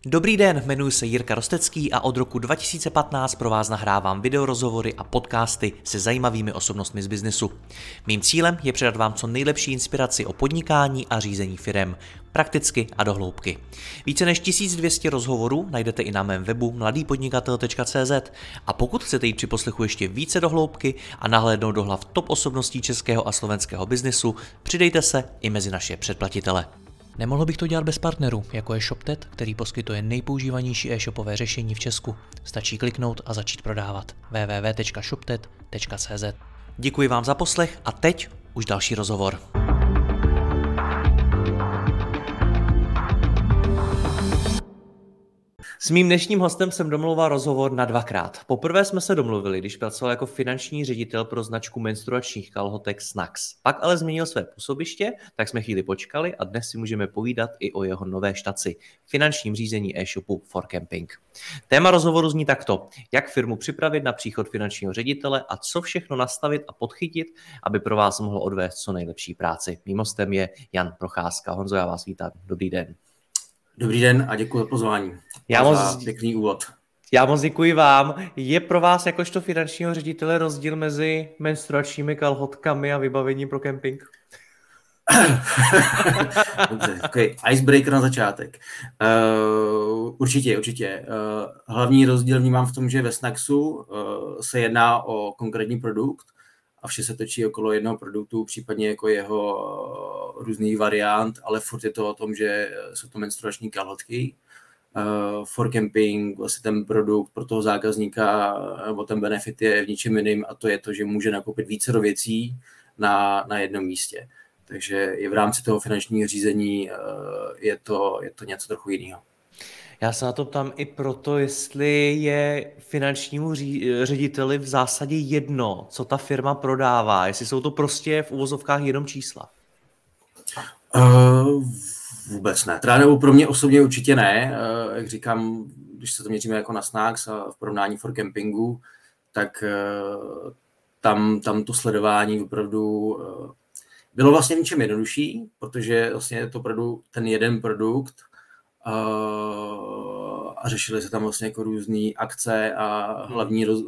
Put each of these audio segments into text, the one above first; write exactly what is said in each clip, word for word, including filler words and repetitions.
Dobrý den, jmenuji se Jirka Rostecký a od roku dva tisíce patnáct pro vás nahrávám videorozhovory a podcasty se zajímavými osobnostmi z biznesu. Mým cílem je předat vám co nejlepší inspiraci o podnikání a řízení firem, prakticky a do hloubky. Více než tisíc dvě stě rozhovorů najdete i na mém webu mladý podnikatel tečka cé zet a pokud chcete jít při poslechu ještě více do hloubky a nahlédnout do hlav top osobností českého a slovenského biznesu, přidejte se i mezi naše předplatitele. Nemohl bych to dělat bez partnerů, jako je ShopTet, který poskytuje nejpoužívanější e-shopové řešení v Česku. Stačí kliknout a začít prodávat. w w w tečka shoptet tečka cé zet. Děkuji vám za poslech a teď už další rozhovor. S mým dnešním hostem jsem domlouval rozhovor na dvakrát. Poprvé jsme se domluvili, když pracoval jako finanční ředitel pro značku menstruačních kalhotek Snacks. Pak ale změnil své působiště, tak jsme chvíli počkali a dnes si můžeme povídat i o jeho nové štaci, finančním řízení e-shopu For Camping. Téma rozhovoru zní takto: jak firmu připravit na příchod finančního ředitele a co všechno nastavit a podchytit, aby pro vás mohlo odvést co nejlepší práci. Mým hostem je Jan Procházka. Honzo, já vás vítám. Dobrý den. Dobrý den a děkuji za pozvání. Já moc, pěkný úvod. Já moc děkuji vám. Je pro vás jakožto finančního ředitele rozdíl mezi menstruačními kalhotkami a vybavením pro kemping? Dobře, okay. Icebreaker na začátek. Uh, určitě, určitě. Uh, hlavní rozdíl vnímám v tom, že ve Snacksu uh, se jedná o konkrétní produkt a vše se točí okolo jednoho produktu, případně jako jeho uh, různých variant, ale furt je to o tom, že jsou to menstruační kalhotky. Uh, For Camping, vlastně ten produkt pro toho zákazníka nebo ten benefit je v ničem jiným a to je to, že může nakoupit více věcí na, na jednom místě. Takže i v rámci toho finančního řízení uh, je, to, je to něco trochu jiného. Já se na to ptám i proto, jestli je finančnímu řediteli v zásadě jedno, co ta firma prodává, jestli jsou to prostě v uvozovkách jenom čísla. Uh, vůbec ne. Teda nebo pro mě osobně určitě ne. Uh, jak říkám, když se to měříme jako na Snacks a v porovnání For Campingu, tak uh, tam, tam to sledování opravdu uh, bylo vlastně v něčem jednodušší, protože vlastně je to opravdu ten jeden produkt uh, a řešily se tam vlastně jako různé akce a hlavní roz...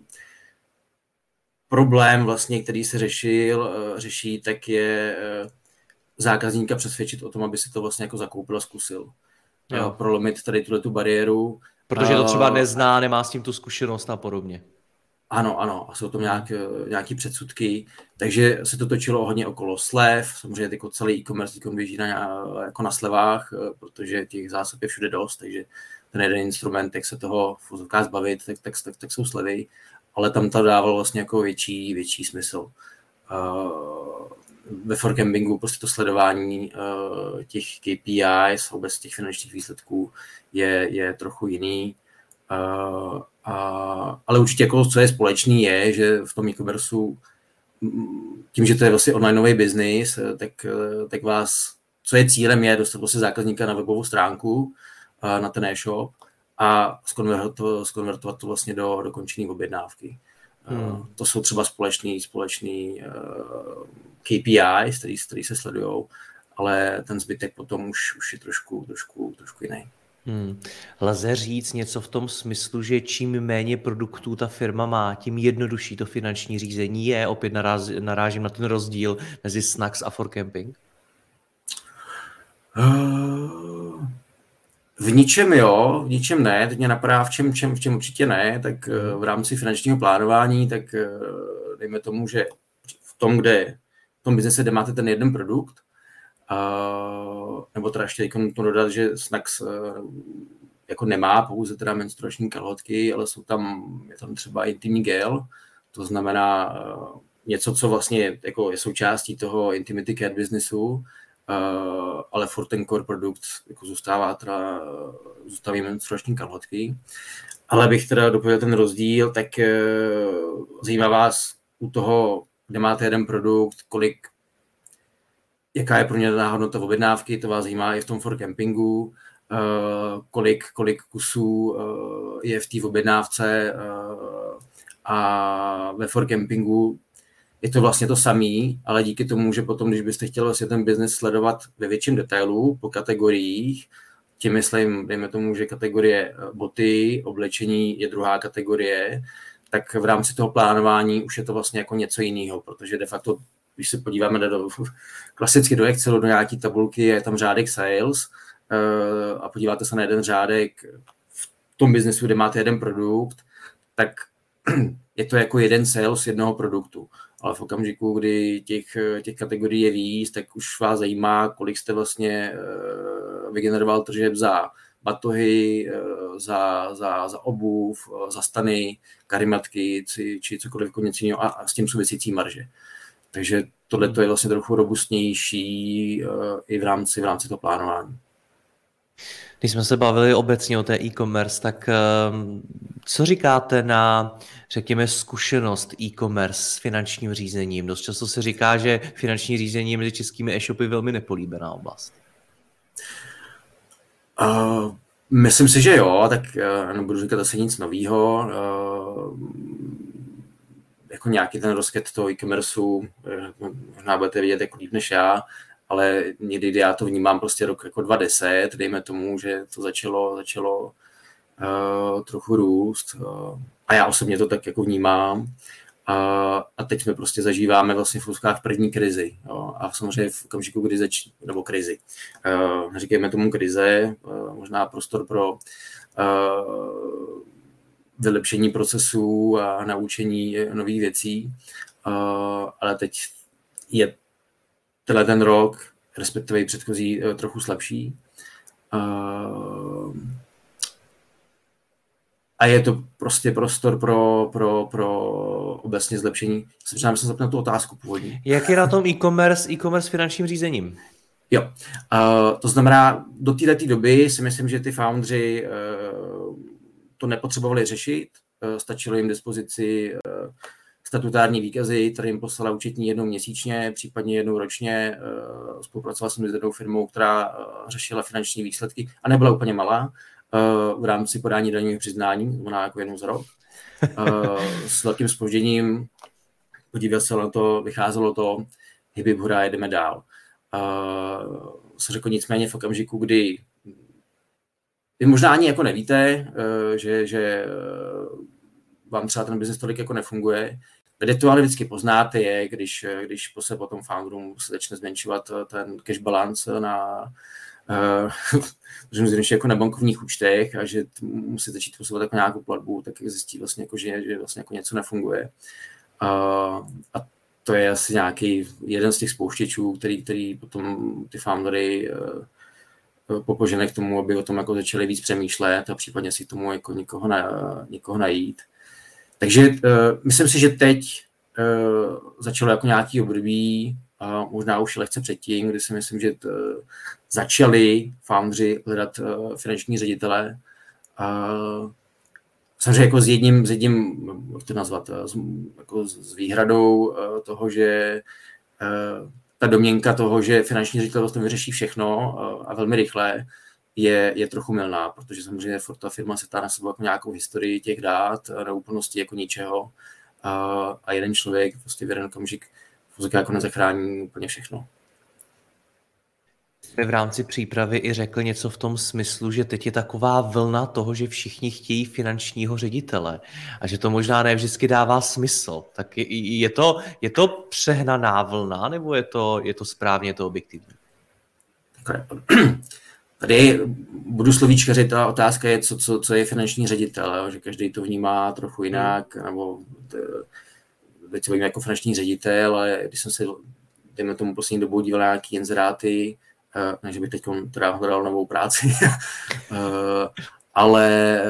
problém vlastně, který se řešil, uh, řeší, tak je uh, zákazníka přesvědčit o tom, aby si to vlastně jako zakoupil a zkusil. Uh, prolomit tady tuhletu bariéru. Protože to třeba nezná, nemá s tím tu zkušenost a podobně. Ano, ano, a jsou tam nějak, nějaký předsudky, takže se to točilo hodně okolo slev, samozřejmě jako celý e-commerce běží na, jako na slevách, protože těch zásob je všude dost, takže ten jeden instrument, jak se toho v úzovkách zbavit, tak, tak, tak, tak jsou slevy, ale tam to dávalo vlastně jako větší, větší smysl. Uh, ve For Campingu prostě to sledování uh, těch K P Is, vůbec těch finančních výsledků je, je trochu jiný. Uh, a, ale určitě jako co je společný je, že v tom e-commerceu tím, že to je vlastně onlineový biznis, tak, tak vás, co je cílem je dostat vlastně zákazníka na webovou stránku, na ten e-shop a skonvertovat, skonvertovat to vlastně do dokončené objednávky. Hmm. To jsou třeba společný, společný K P Is, který, který se sledujou, ale ten zbytek potom už, už je trošku, trošku, trošku jiný. Hmm. Lze říct něco v tom smyslu, že čím méně produktů ta firma má, tím jednodušší to finanční řízení je? Opět naráz, narážím na ten rozdíl mezi Snacks a For Camping. Uh, v ničem jo, v ničem ne. Teď mě napadá v čem, čem, v čem určitě ne. Tak uh, v rámci finančního plánování, tak uh, dejme tomu, že v tom, kde v tom biznese, kde máte ten jeden produkt, Uh, nebo teda ještě nutno dodat, že Snacks uh, jako nemá pouze teda menstruační kalhotky, ale jsou tam, je tam třeba intimní gel, to znamená uh, něco, co vlastně jako je součástí toho intimity care businessu, uh, ale furt ten core produkt jako zůstává teda, zůstávají menstruační kalhotky. Ale bych teda dopověděl ten rozdíl, tak uh, zajímá vás u toho, kde máte jeden produkt, kolik jaká je průměrná hodnota objednávky, to vás zajímá i v tom For Campingu, uh, kolik, kolik kusů uh, je v té objednávce uh, a ve For Campingu je to vlastně to samý, ale díky tomu, že potom, když byste chtěli vlastně ten biznes sledovat ve větším detailu, po kategoriích, tím myslím, dejme tomu, že kategorie boty, oblečení je druhá kategorie, tak v rámci toho plánování už je to vlastně jako něco jiného, protože de facto, když se podíváme do, klasicky do Excelu, do nějaký tabulky, je tam řádek sales a podíváte se na jeden řádek v tom biznesu, kde máte jeden produkt, tak je to jako jeden sales jednoho produktu. Ale v okamžiku, kdy těch, těch kategorií je víc, tak už vás zajímá, kolik jste vlastně vygeneroval tržeb za batohy, za, za, za obuv, za stany, karimatky, či, či cokoliv něco jiného a, a s tím souvisící marže. Takže tohle je vlastně trochu robustnější i v rámci, v rámci toho plánování. Když jsme se bavili obecně o té e-commerce, tak co říkáte na, řekněme, zkušenost e-commerce s finančním řízením? Dost často se říká, že finanční řízení je mezi českými e-shopy velmi nepolíbená oblast. Uh, myslím si, že jo, tak uh, nebudu říkat asi nic novýho. Uh, jako nějaký ten rozkvět toho e-commerceu, možná budete vidět jako líp než já, ale někdy já to vnímám prostě rok jako dva tisíce deset, dejme tomu, že to začalo, začalo uh, trochu růst uh, a já osobně to tak jako vnímám uh, a teď my prostě zažíváme vlastně v úzkách první krizi jo, a samozřejmě v okamžiku, kdy zač... nebo krizi, uh, neříkejme tomu krize, uh, možná prostor pro uh, vylepšení procesů a naučení nových věcí, uh, ale teď je tenhle ten rok, respektive i předchozí, trochu slabší. Uh, a je to prostě prostor pro, pro, pro obecně zlepšení. Jsem se zapnul tu otázku původní. Jak je na tom e-commerce, e-commerce s finančním řízením? Jo, uh, to znamená, do této doby si myslím, že ty foundři uh, to nepotřebovali řešit. Uh, stačilo jim dispozici uh, statutární výkazy, které jim poslala účetní jednou měsíčně, případně jednou ročně. Spolupracoval jsem s jednou firmou, která řešila finanční výsledky a nebyla úplně malá v rámci podání daňových přiznání, znamená jako jednou za rok. S velkým zpožděním, podíval se na to, vycházelo to, hyby hurá, jedeme dál. Se řekl nicméně v okamžiku, kdy vy možná ani jako nevíte, že, že vám třeba ten biznes tolik jako nefunguje. Kde to ale vždycky poznáte je, když, když se potom founderům se začne zmenšovat ten cash balance na, uh, jako na bankovních účtech a že musí začít posouvat jako nějakou platbu, tak zjistí vlastně, jako, že, že vlastně jako něco nefunguje. Uh, a to je asi nějaký jeden z těch spouštěčů, který, který potom ty foundery uh, popožené k tomu, aby o tom jako začali víc přemýšlet a případně si tomu jako někoho, na, někoho najít. Takže uh, myslím si, že teď uh, začalo jako nějaký období, uh, možná už lehce předtím, kdy si myslím, že t, uh, začali foundři hledat uh, finanční ředitele. Uh, samozřejmě jako s jedním, s jedním, jak to nazvat, s, jako s výhradou uh, toho, že uh, ta domněnka toho, že finanční ředitel vlastně vyřeší všechno uh, a velmi rychle, Je, je trochu mylná, protože samozřejmě furt ta firma se tá na sebou jako nějakou historii těch dát, na úplnosti jako ničeho a, a jeden člověk prostě v jeden okamžik jako nezachrání úplně všechno. V rámci přípravy i řekl něco v tom smyslu, že teď je taková vlna toho, že všichni chtějí finančního ředitele a že to možná ne vždycky dává smysl. Tak je, je, to, je to přehnaná vlna, nebo je to, je to správně, je to objektivní? Tady budu slovíčkařit, ta otázka je, co, co, co je finanční ředitel, jo? Že každý to vnímá trochu jinak, nebo teď se bavím jako finanční ředitel, ale když jsem se, dejme tomu, poslední dobou díval na nějaký inzeráty, ne, že bych teď teda hledal novou práci, ale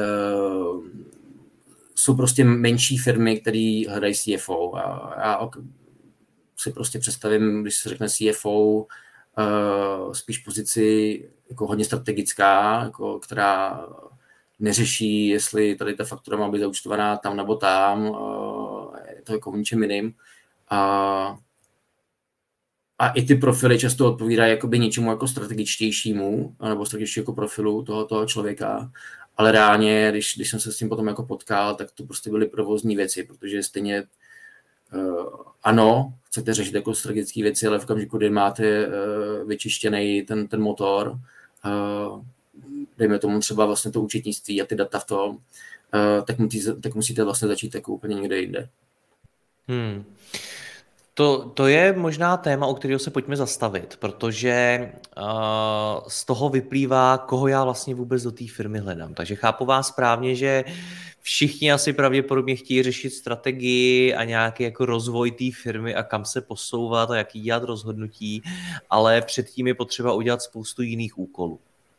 jsou prostě menší firmy, které hledají C F O. A já si prostě představím, když se řekne C F O, spíš pozici jako hodně strategická, jako, která neřeší, jestli tady ta faktura má být zaúčtovaná tam nebo tam, je to jako ničem jiným. A, a i ty profily často odpovídají jakoby něčemu jako strategičtějšímu, nebo strategičtějšímu jako profilu toho, toho člověka, ale reálně, když, když jsem se s tím potom jako potkal, tak to prostě byly provozní věci, protože stejně Uh, ano, chcete řešit jako strategické věci, ale v okamžiku, kdy máte uh, vyčištěný ten, ten motor, uh, dejme tomu třeba vlastně to účetnictví a ty data v tom, tak, musí, tak musíte vlastně začít jako úplně někde jinde. Hmm. To, to je možná téma, o kterého se pojďme zastavit, protože uh, z toho vyplývá, koho já vlastně vůbec do té firmy hledám. Takže chápu vás správně, že všichni asi pravděpodobně chtějí řešit strategii a nějaký jako rozvoj té firmy a kam se posouvat a jaký dělat rozhodnutí, ale předtím je potřeba udělat spoustu jiných úkolů.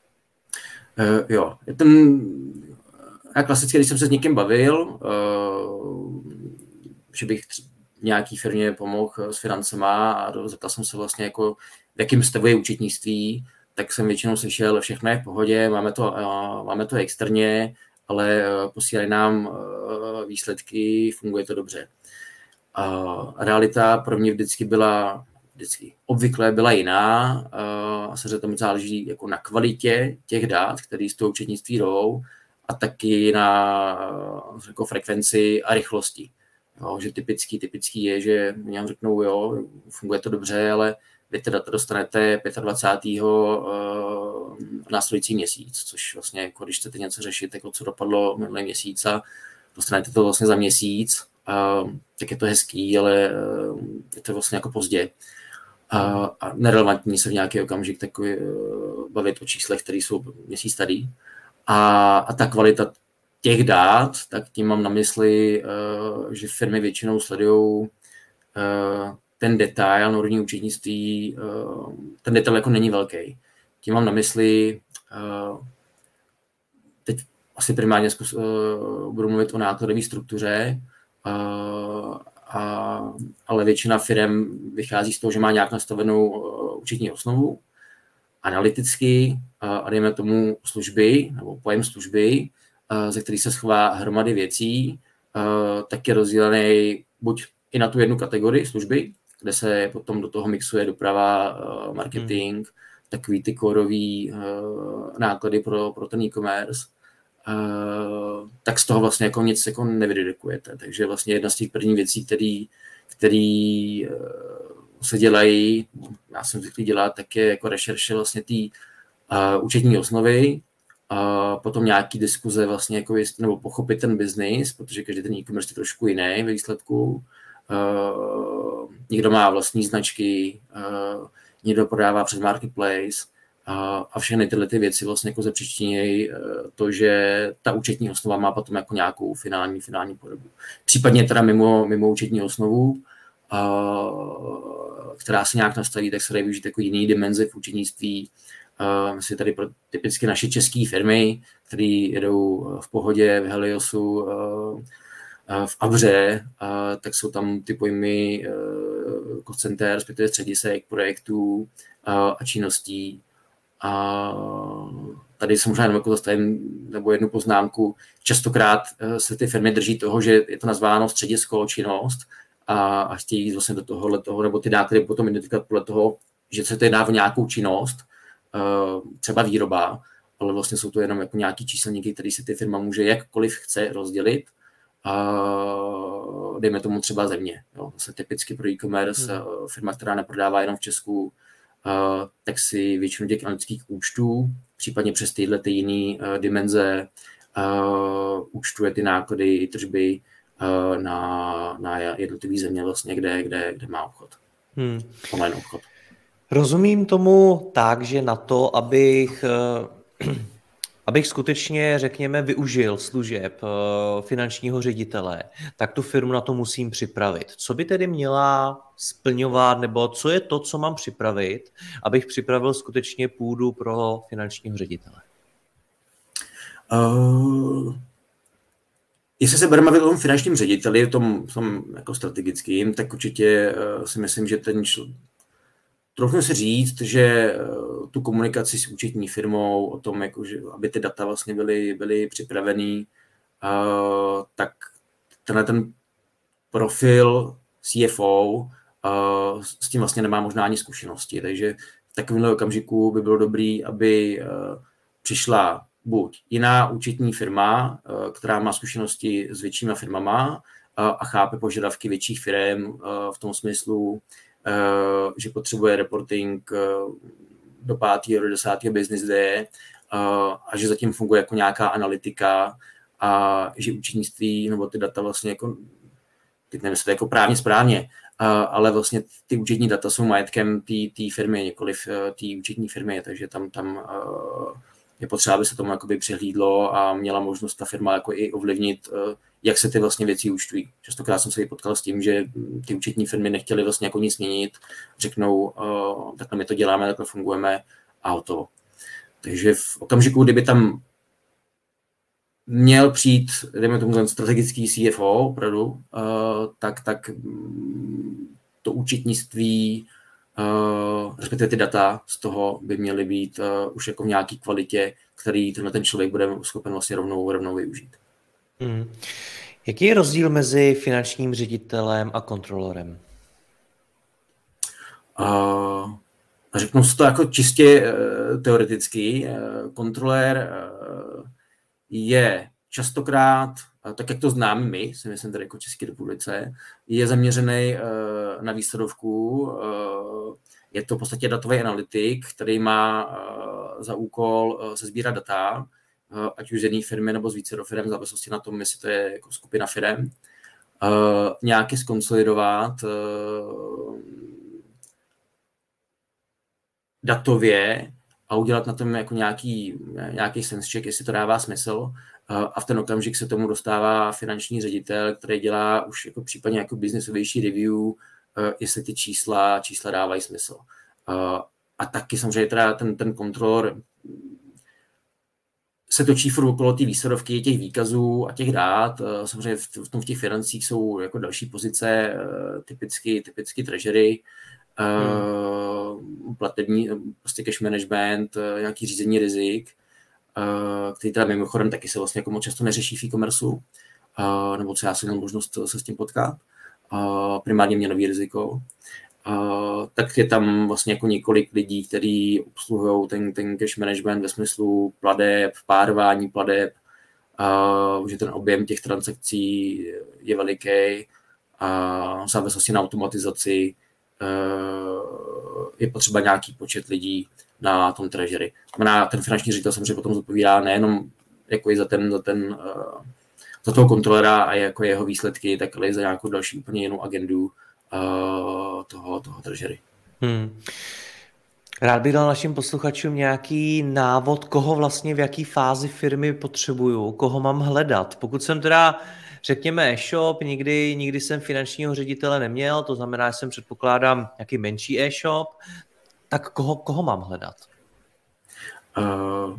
Uh, jo, je ten, já klasicky, když jsem se s někým bavil, uh, že bych tři, nějaký firmě pomohl s financema a zeptal jsem se vlastně jako, v jakém stavu je účetnictví, tak jsem většinou slyšel, všechno je v pohodě, máme to, uh, máme to externě, ale posílají nám výsledky, funguje to dobře. Uh, realita pro mě vždycky byla, vždycky obvykle byla jiná, uh, a se to záleží jako na kvalitě těch dat, které z toho účetnictví jdou, a taky na jako frekvenci a rychlosti. Jo, že typický, typický je, že mě vám řeknou, jo, funguje to dobře, ale vy ty data dostanete dvacátého pátého Uh, následující měsíc, což vlastně, jako když chcete něco řešit, jako co dopadlo minulý měsíc a dostanete to vlastně za měsíc, uh, tak je to hezký, ale uh, je to vlastně jako pozdě. Uh, a nerelevantní se v nějaký okamžik takový uh, bavit o číslech, které jsou měsíc starý. A, a ta kvalita těch dát, tak tím mám na mysli, uh, že firmy většinou sledují uh, ten detail na úrovni účetnictví, uh, ten detail jako není velký. Tím mám na mysli, uh, teď asi primárně zkus, uh, budu mluvit o nákladové struktuře, uh, a, ale většina firm vychází z toho, že má nějak nastavenou uh, účetní osnovu, analyticky, uh, a dejme tomu služby, nebo pojem služby, uh, ze kterých se schová hromady věcí, uh, tak je rozdělený buď i na tu jednu kategorii služby, kde se potom do toho mixuje doprava, uh, marketing, hmm. takový ty kórový uh, náklady pro, pro ten e-commerce, uh, tak z toho vlastně jako nic jako nevydedukujete. Takže vlastně jedna z těch prvních věcí, který, který uh, se dělají, já jsem zvyklý dělat, tak je jako rešerše vlastně té uh, účetní osnovy, a potom nějaký diskuze vlastně jako jest, nebo pochopit ten biznis, protože každý ten e-commerce je trošku jiný ve výsledku. Uh, někdo má vlastní značky, uh, někdo prodává přes marketplace, uh, a všechny tyhle ty věci vlastně jako zapříčinějí uh, to, že ta účetní osnova má potom jako nějakou finální, finální podobu. Případně teda mimo, mimo účetní osnovu, uh, která se nějak nastaví, tak se dají využít jako jiný dimenze v účetnictví. Uh, myslím tady pro typicky naše české firmy, které jedou v Pohodě, v Heliosu, uh, v Abře, a tak jsou tam ty pojmy uh, call center, respektive středisek, projektů a, a činností. A tady se možná jenom jako zastavím nebo jednu poznámku. Častokrát uh, se ty firmy drží toho, že je to nazváno středisko, činnost, a, a chtějí vlastně do tohohle toho, nebo ty náklady potom identifikovat podle toho, že se to jedná o nějakou činnost, uh, třeba výroba, ale vlastně jsou to jenom jako nějaký číselníky, který si ty firma může jakkoliv chce rozdělit. Uh, dejme tomu třeba země. Jo. Zase typicky pro e-commerce, hmm. firma, která neprodává jenom v Česku, uh, tak si většinu těch analytických účtů, případně přes tyhle ty jiné uh, dimenze, uh, účtuje ty náklady i tržby uh, na, na jednotlivé země, vlastně, kde, kde, kde má obchod. Hmm. Online obchod. Rozumím tomu tak, že na to, abych... Uh... Abych skutečně, řekněme, využil služeb finančního ředitele, tak tu firmu na to musím připravit. Co by tedy měla splňovat, nebo co je to, co mám připravit, abych připravil skutečně půdu pro finančního ředitele? Uh, jestli se budeme bavit o tom finančním řediteli, tom, tom jako strategickým, tak určitě uh, si myslím, že ten čl- Trochu si říct, že tu komunikaci s účetní firmou o tom, jako, že, aby ty data vlastně byly, byly připravený, uh, tak tenhle ten profil C F O uh, s tím vlastně nemá možná ani zkušenosti. Takže v takovémhle okamžiku by bylo dobré, aby uh, přišla buď jiná účetní firma, uh, která má zkušenosti s většíma firmama uh, a chápe požadavky větších firm uh, v tom smyslu, Uh, že potřebuje reporting uh, do pátého, do desátého business day, a že zatím funguje jako nějaká analytika a že účetnictví nebo ty data vlastně jako, teď nevím, jestli to jako právně správně, ale vlastně ty účetní data jsou majetkem té firmy, nikoliv té účetní firmy, takže tam, tam je potřeba, aby se tomu jakoby přehlídlo a měla možnost ta firma jako i ovlivnit, jak se ty vlastně věci účtují. Častokrát jsem se i potkal s tím, že ty účetní firmy nechtěly vlastně jako nic měnit, řeknou, takhle my to děláme, takhle fungujeme a hotovo. Takže v okamžiku, kdyby tam měl přijít, dejme tomu ten strategický C F O, opravdu, uh, tak, tak to účetnictví, uh, respektive ty data z toho by měly být uh, už jako v nějaké kvalitě, který tenhle ten člověk bude schopen vlastně rovnou, rovnou využít. Hmm. Jaký je rozdíl mezi finančním ředitelem a kontrolorem? Uh, řeknu si to jako čistě uh, teoreticky. Uh, kontrolér uh, je častokrát, tak jak to známe my, si myslím tady jako České republice, je zaměřený uh, na výsledovku. Uh, je to v podstatě datový analytik, který má uh, za úkol uh, sesbírat data, uh, ať už z jedné firmy nebo z více do firm, v závislosti na tom, jestli to je jako skupina firm. Uh, nějaký skonsolidovat uh, datově a udělat na tom jako nějaký, nějaký sense check, jestli to dává smysl. A v ten okamžik se tomu dostává finanční ředitel, který dělá už jako případně jako businessovější review, jestli ty čísla, čísla dávají smysl. A taky samozřejmě teda ten, ten kontrolor se točí furt okolo té výsledovky, těch výkazů a těch dát. Samozřejmě v, v tom v těch financích jsou jako další pozice, typicky, typicky treasury, Hmm. platební, prostě cash management, nějaký řízení rizik, který teda mimochodem taky se vlastně jako moc často neřeší v e-commerceu, nebo co já jsem měl možnost se s tím potkat, primárně měnový riziko. Tak je tam vlastně jako několik lidí, kteří obsluhují ten, ten cash management ve smyslu pladeb, párování pladeb, že ten objem těch transakcí je veliký a v závislosti na automatizaci je potřeba nějaký počet lidí na tom treasury. Znamená, ten finanční ředitel samozřejmě potom zodpovídá nejenom jako i za, ten, za, ten, za toho kontrolera a jako jeho výsledky, tak ale i za nějakou další úplně jinou agendu toho, toho treasury. Hmm. Rád bych dal našim posluchačům nějaký návod, koho vlastně v jaký fázi firmy potřebuju, koho mám hledat. Pokud jsem teda řekněme e-shop, nikdy, nikdy jsem finančního ředitele neměl, to znamená, že jsem předpokládám nějaký menší e-shop, tak koho, koho mám hledat? Uh,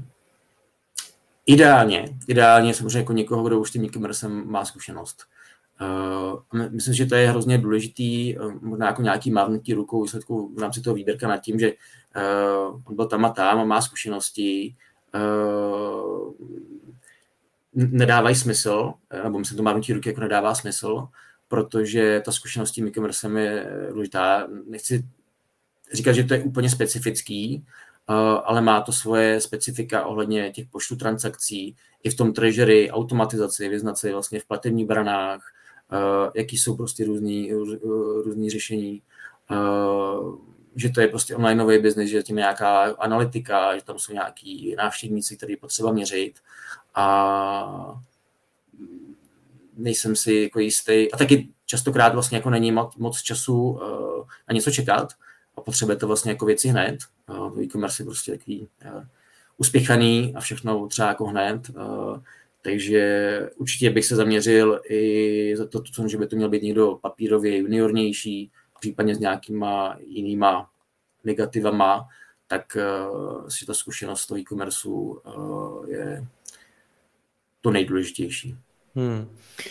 ideálně, ideálně samozřejmě jako někoho, kdo už s tím e-commercem má zkušenost. Uh, myslím, že to je hrozně důležitý, možná jako nějaký mávnutí rukou výsledku v rámci toho výběrka nad tím, že uh, on byl tam a tam a má zkušenosti, uh, nedávají smysl, nebo myslím, to mávnutí ruky jako nedává smysl, protože ta zkušenost s tím e-commercem je důležitá. Nechci říkat, že to je úplně specifický, ale má to svoje specifika ohledně těch počtu transakcí, i v tom treasury, automatizaci, vyznat se vlastně v platebních branách, jaký jsou prostě různý, různý řešení, že to je prostě onlineový biznis, že tím je nějaká analytika, že tam jsou nějaký návštěvníci, který je potřeba měřit a nejsem si jako jistý. A taky častokrát vlastně jako není moc času na něco čekat a potřebujete vlastně jako věci hned. To e-commerce je prostě takový uspěchaný a všechno třeba jako hned. Takže určitě bych se zaměřil i za to, že by to měl být někdo papírově juniornější, případně s nějakýma jinýma negativama, tak si ta zkušenost toho e-commerceu je to nejdůležitější. Hmm.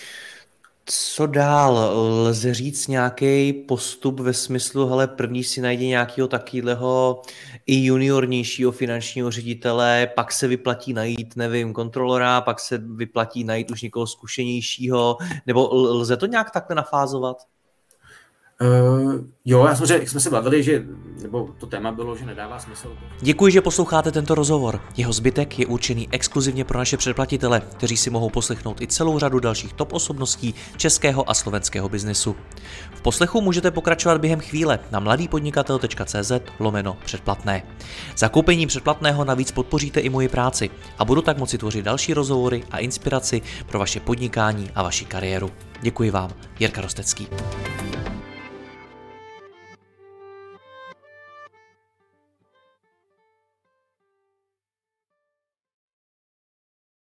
Co dál? Lze říct nějaký postup ve smyslu, hele, první si najdi nějakého takového i juniornějšího finančního ředitele, pak se vyplatí najít, nevím, kontrolora, pak se vyplatí najít už někoho zkušenějšího, nebo lze to nějak takhle nafázovat? Uh, jo, já samozřejmě, jak jsme se bavili, že, nebo to téma bylo, že nedává smysl. Děkuji, že posloucháte tento rozhovor. Jeho zbytek je určený exkluzivně pro naše předplatitele, kteří si mohou poslechnout i celou řadu dalších top osobností českého a slovenského biznesu. V poslechu můžete pokračovat během chvíle na mladýpodnikatel tečka cé zet lomeno předplatné. Zakoupením předplatného navíc podpoříte i moji práci a budu tak moci tvořit další rozhovory a inspiraci pro vaše podnikání a vaši kariéru. Děkuji vám, Jirka Rostecký.